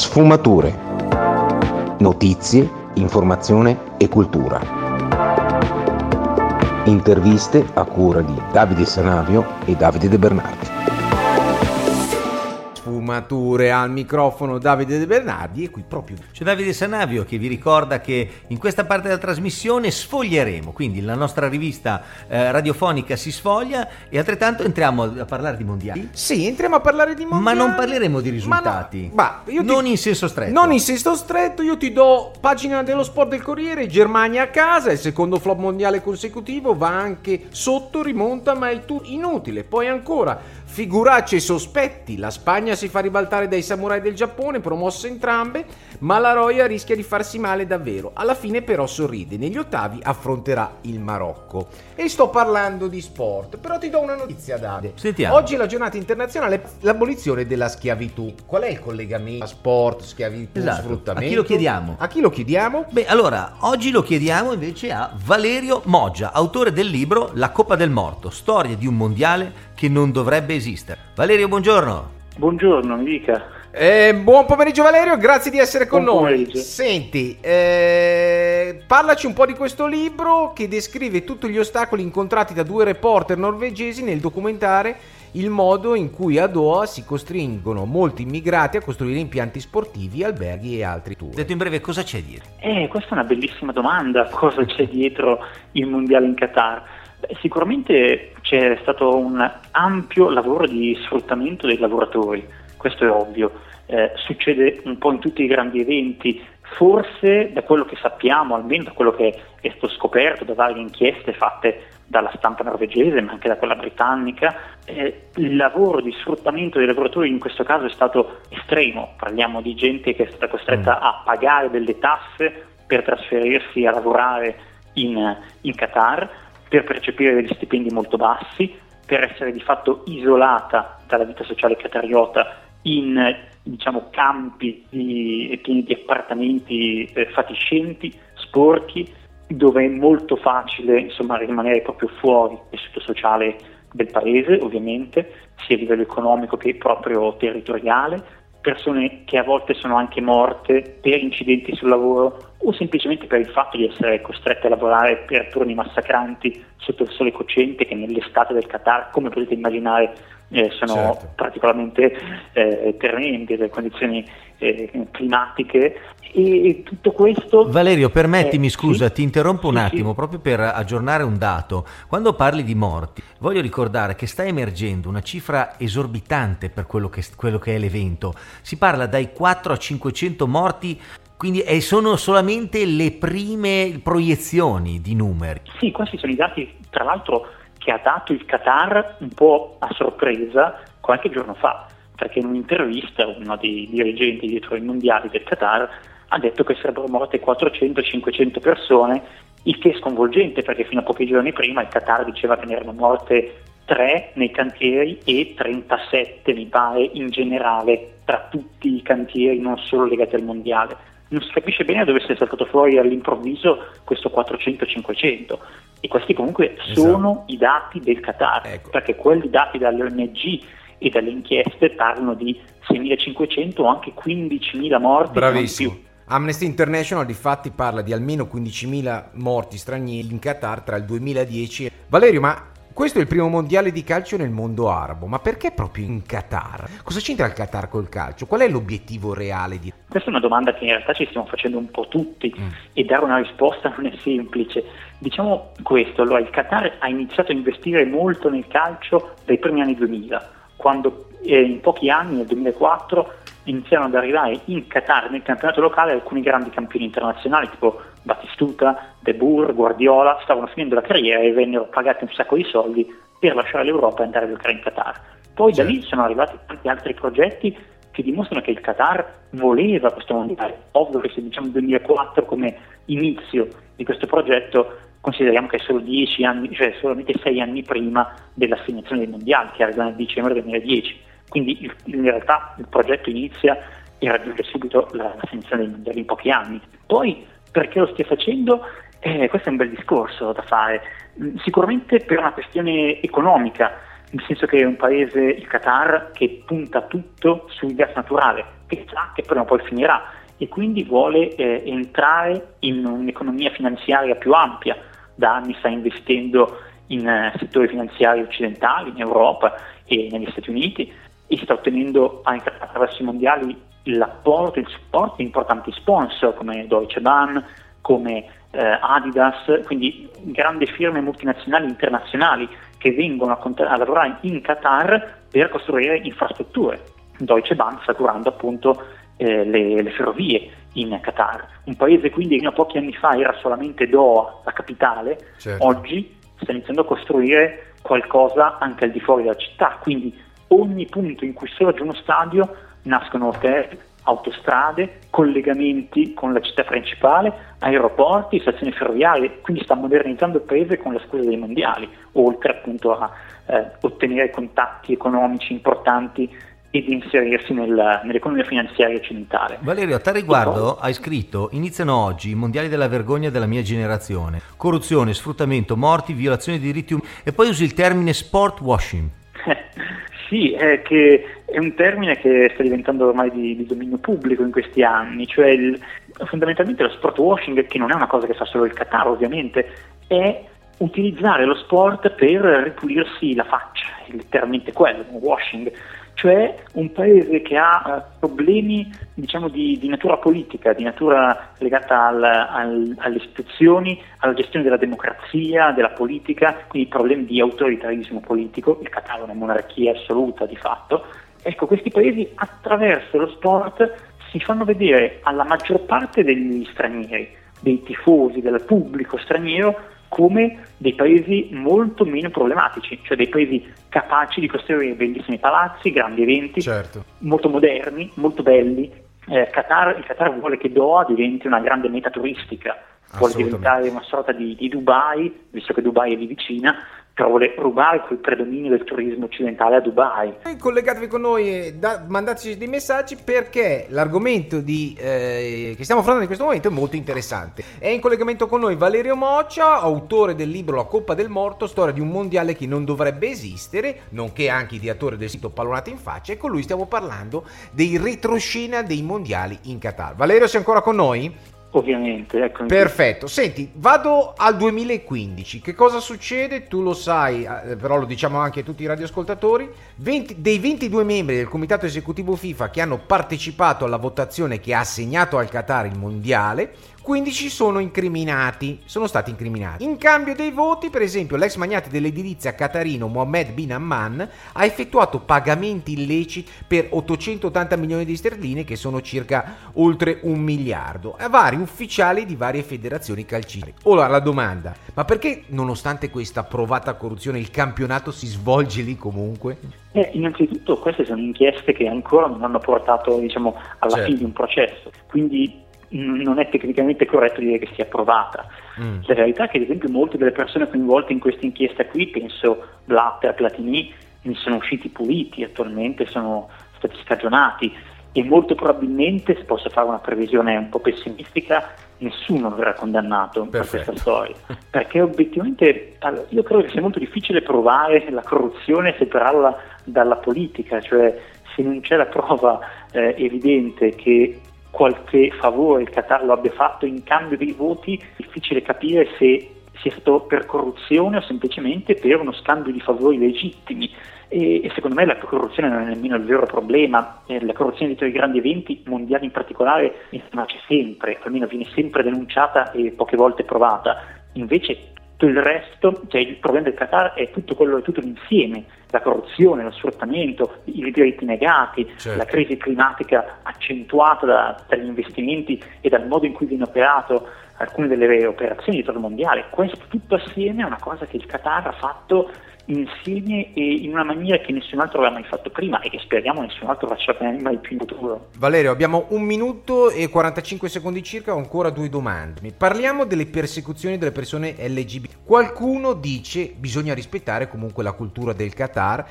Sfumature. Notizie, informazione e cultura. Interviste a cura di Davide Sanavio e Davide De Bernardi. Sfumature al microfono Davide De Bernardi, e qui proprio c'è Davide Sanavio che vi ricorda che in questa parte della trasmissione sfoglieremo, quindi la nostra rivista radiofonica si sfoglia, e altrettanto entriamo a parlare di mondiali. Sì, entriamo a parlare di mondiali, ma non parleremo di risultati, non in senso stretto. Non in senso stretto, io ti do pagina dello sport del Corriere: Germania a casa, il secondo flop mondiale consecutivo, va anche sotto, rimonta, ma è tutto inutile. Poi ancora figuracce e sospetti, la Spagna si fa ribaltare dai samurai del Giappone, promosse entrambe, ma la Roya rischia di farsi male davvero. Alla fine però sorride, negli ottavi affronterà il Marocco. E sto parlando di sport, però ti do una notizia, Davide. Sentiamo. Oggi è la giornata internazionale per l'abolizione della schiavitù. Qual è il collegamento? Sport, schiavitù, sfruttamento? A chi lo chiediamo? A chi lo chiediamo? Beh, allora, oggi lo chiediamo invece a Valerio Moggia, autore del libro La Coppa del Morto, storia di un mondiale che non dovrebbe esistere. Valerio, buongiorno. Buongiorno, mi dica. Buon pomeriggio Valerio, grazie di essere con Buon noi. pomeriggio. Senti, parlaci un po' di questo libro che descrive tutti gli ostacoli incontrati da due reporter norvegesi nel documentare il modo in cui a Doha si costringono molti immigrati a costruire impianti sportivi, alberghi e altri tour. Detto in breve, cosa c'è dietro? Questa è una bellissima domanda, cosa c'è dietro il mondiale in Qatar? Sicuramente c'è stato un ampio lavoro di sfruttamento dei lavoratori, questo è ovvio, succede un po' in tutti i grandi eventi, forse da quello che sappiamo, almeno da quello che è stato scoperto da varie inchieste fatte dalla stampa norvegese ma anche da quella britannica, il lavoro di sfruttamento dei lavoratori in questo caso è stato estremo. Parliamo di gente che è stata costretta a pagare delle tasse per trasferirsi a lavorare in Qatar, per percepire degli stipendi molto bassi, per essere di fatto isolata dalla vita sociale qatariota in campi pieni di appartamenti fatiscenti, sporchi, dove è molto facile rimanere proprio fuori dal tessuto sociale del paese, ovviamente, sia a livello economico che proprio territoriale. Persone che a volte sono anche morte per incidenti sul lavoro o semplicemente per il fatto di essere costrette a lavorare per turni massacranti sotto il sole cocente, che nell'estate del Qatar, come potete immaginare, sono particolarmente tremendi, le condizioni climatiche, e tutto questo. Valerio, permettimi, scusa, sì? ti interrompo un attimo, sì. proprio per aggiornare un dato. Quando parli di morti, voglio ricordare che sta emergendo una cifra esorbitante per quello che è l'evento. Si parla dai 4 a 500 morti, quindi sono solamente le prime proiezioni di numeri. Sì, questi sono i dati, tra l'altro, che ha dato il Qatar un po' a sorpresa qualche giorno fa, perché in un'intervista uno dei dirigenti dietro i mondiali del Qatar ha detto che sarebbero morte 400-500 persone, il che è sconvolgente, perché fino a pochi giorni prima il Qatar diceva che ne erano morte 3 nei cantieri e 37 mi pare in generale tra tutti i cantieri, non solo legati al mondiale. Non si capisce bene dove sia saltato fuori all'improvviso questo 400-500, e questi comunque sono i dati del Qatar, perché quelli dati dall'ONG e dalle inchieste parlano di 6.500 o anche 15.000 morti. Bravissimo. Non più. Amnesty International difatti parla di almeno 15.000 morti stranieri in Qatar tra il 2010 e... Valerio, ma questo è il primo mondiale di calcio nel mondo arabo, ma perché proprio in Qatar? Cosa c'entra il Qatar col calcio? Qual è l'obiettivo reale di... Questa è una domanda che in realtà ci stiamo facendo un po' tutti e dare una risposta non è semplice. Diciamo questo, allora il Qatar ha iniziato a investire molto nel calcio dai primi anni 2000, quando in pochi anni, nel 2004, iniziarono ad arrivare in Qatar, nel campionato locale, alcuni grandi campioni internazionali tipo Battistuta, De Boer, Guardiola, stavano finendo la carriera e vennero pagati un sacco di soldi per lasciare l'Europa e andare a giocare in Qatar. Poi da lì sono arrivati tanti altri progetti che dimostrano che il Qatar voleva questo mondiale. Ovvio che se diciamo 2004 come inizio di questo progetto, consideriamo che è solo 10 anni, cioè solamente 6 anni prima dell'assegnazione dei mondiali, che arriva nel dicembre 2010. Quindi in realtà il progetto inizia e raggiunge subito l'assegnazione dei mondiali in pochi anni. Poi perché lo stia facendo? Questo è un bel discorso da fare. Sicuramente per una questione economica, nel senso che è un paese, il Qatar, che punta tutto sul gas naturale, che sa che prima o poi finirà, e quindi vuole entrare in un'economia finanziaria più ampia. Da anni sta investendo in settori finanziari occidentali, in Europa e negli Stati Uniti, e sta ottenendo anche attraverso i mondiali l'apporto, il supporto di importanti sponsor come Deutsche Bahn, come Adidas, quindi grandi firme multinazionali internazionali che vengono a lavorare in Qatar per costruire infrastrutture. Deutsche Bahn sta curando appunto le ferrovie in Qatar, un paese quindi fino a pochi anni fa era solamente Doha, la capitale, certo. Oggi sta iniziando a costruire qualcosa anche al di fuori della città, quindi ogni punto in cui sorge uno stadio nascono hotel, autostrade, collegamenti con la città principale, aeroporti, stazioni ferroviarie, quindi sta modernizzando il paese con la scusa dei mondiali, oltre appunto a ottenere contatti economici importanti ed inserirsi nell'economia finanziaria occidentale. Valerio, a tal riguardo hai scritto: iniziano oggi i mondiali della vergogna della mia generazione, corruzione, sfruttamento, morti, violazione dei diritti umani, e poi usi il termine sport washing. Sì, che è un termine che sta diventando ormai di dominio pubblico in questi anni, cioè fondamentalmente lo sport washing, che non è una cosa che fa solo il Qatar ovviamente, è utilizzare lo sport per ripulirsi la faccia, è letteralmente quello, un washing, cioè un paese che ha problemi diciamo di natura politica, di natura legata alle istituzioni, alla gestione della democrazia, della politica, quindi problemi di autoritarismo politico. Il Qatar è una monarchia assoluta di fatto. Ecco, questi paesi attraverso lo sport si fanno vedere alla maggior parte degli stranieri, dei tifosi, del pubblico straniero, come dei paesi molto meno problematici, cioè dei paesi capaci di costruire bellissimi palazzi, grandi eventi, certo. Molto moderni, molto belli. Il Qatar vuole che Doha diventi una grande meta turistica, vuole diventare una sorta di Dubai, visto che Dubai è lì vicina, però vuole rubare quel predominio del turismo occidentale a Dubai. Collegatevi con noi e mandateci dei messaggi, perché l'argomento che stiamo affrontando in questo momento è molto interessante. È in collegamento con noi Valerio Moccia, autore del libro La Coppa del Morto, storia di un mondiale che non dovrebbe esistere, nonché anche ideatore del sito Pallonate in Faccia, e con lui stiamo parlando dei retroscena dei mondiali in Qatar. Valerio, sei ancora con noi? Ovviamente, ecco. Perfetto, senti, vado al 2015, che cosa succede? Tu lo sai, però lo diciamo anche a tutti i radioascoltatori. Dei 22 membri del comitato esecutivo FIFA che hanno partecipato alla votazione che ha assegnato al Qatar il mondiale, 15 sono stati incriminati. In cambio dei voti, per esempio, l'ex magnate dell'edilizia qatarino Mohammed bin Amman ha effettuato pagamenti illeciti per 880 milioni di sterline, che sono circa oltre 1 miliardo, a vari ufficiali di varie federazioni calcistiche. Ora la domanda: ma perché nonostante questa provata corruzione il campionato si svolge lì comunque? Innanzitutto queste sono inchieste che ancora non hanno portato, diciamo, alla fine di un processo, quindi non è tecnicamente corretto dire che sia provata. La verità è che ad esempio molte delle persone coinvolte in questa inchiesta qui, penso Blatter, Platini, ne sono usciti puliti, attualmente sono stati scagionati, e molto probabilmente, se posso fare una previsione un po' pessimistica, nessuno verrà condannato per questa storia, perché obiettivamente io credo che sia molto difficile provare la corruzione e separarla dalla politica, cioè se non c'è la prova evidente che qualche favore il Qatar lo abbia fatto in cambio dei voti, è difficile capire se sia stato per corruzione o semplicemente per uno scambio di favori legittimi. E secondo me la corruzione non è nemmeno il vero problema. La corruzione dietro i grandi eventi mondiali in particolare c'è sempre, almeno viene sempre denunciata e poche volte provata. Invece tutto il resto, cioè il problema del Qatar è tutto l'insieme: la corruzione, lo sfruttamento, i diritti negati, certo. La crisi climatica accentuata dagli investimenti e dal modo in cui viene operato alcune delle operazioni dietro il mondiale. Questo tutto assieme è una cosa che il Qatar ha fatto insieme e in una maniera che nessun altro aveva mai fatto prima e che speriamo nessun altro faccia mai più in futuro. Valerio, abbiamo 1 minuto e 45 secondi circa, ho ancora 2 domande. Parliamo delle persecuzioni delle persone LGBT. Qualcuno dice bisogna rispettare comunque la cultura del Qatar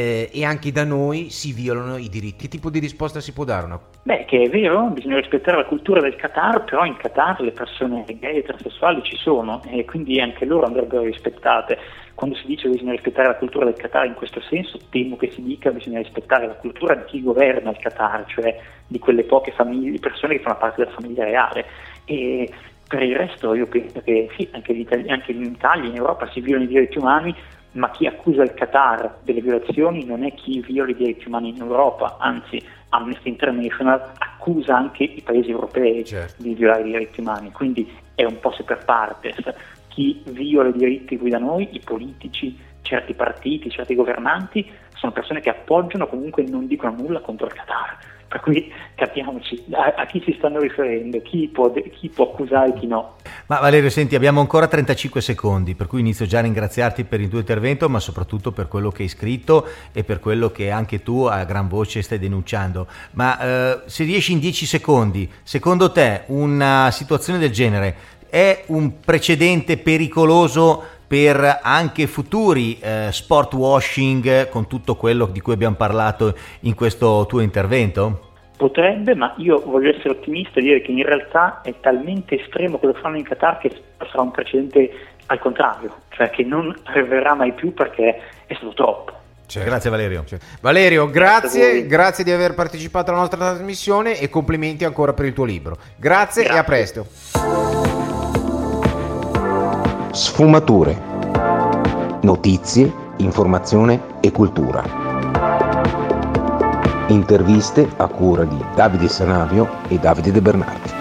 e anche da noi si violano i diritti. Che tipo di risposta si può dare? Beh, che è vero, bisogna rispettare la cultura del Qatar, però in Qatar le persone gay e transessuali ci sono e quindi anche loro andrebbero rispettate. quando si dice che bisogna rispettare la cultura del Qatar in questo senso, temo che si dica che bisogna rispettare la cultura di chi governa il Qatar, cioè di quelle poche persone che fanno parte della famiglia reale. E per il resto io penso che sì, anche in Italia, in Europa si violano i diritti umani, ma chi accusa il Qatar delle violazioni non è chi viola i diritti umani in Europa, anzi Amnesty International accusa anche i paesi europei di violare i diritti umani, quindi è un po' se per partes. Chi viola i diritti qui da noi, i politici, certi partiti, certi governanti, sono persone che appoggiano, comunque non dicono nulla contro il Qatar. Per cui capiamoci a chi si stanno riferendo, chi può accusare e chi no. Ma Valerio, senti, abbiamo ancora 35 secondi, per cui inizio già a ringraziarti per il tuo intervento, ma soprattutto per quello che hai scritto e per quello che anche tu a gran voce stai denunciando. Ma se riesci in 10 secondi, secondo te una situazione del genere è un precedente pericoloso per anche futuri sport washing, con tutto quello di cui abbiamo parlato in questo tuo intervento? Potrebbe, ma io voglio essere ottimista e dire che in realtà è talmente estremo quello che fanno in Qatar che sarà un precedente al contrario, cioè che non arriverà mai più perché è stato troppo. Certo. Grazie Valerio. Valerio, grazie di aver partecipato alla nostra trasmissione e complimenti ancora per il tuo libro. Grazie. E a presto. Sfumature, notizie, informazione e cultura. Interviste a cura di Davide Sanavio e Davide De Bernardi.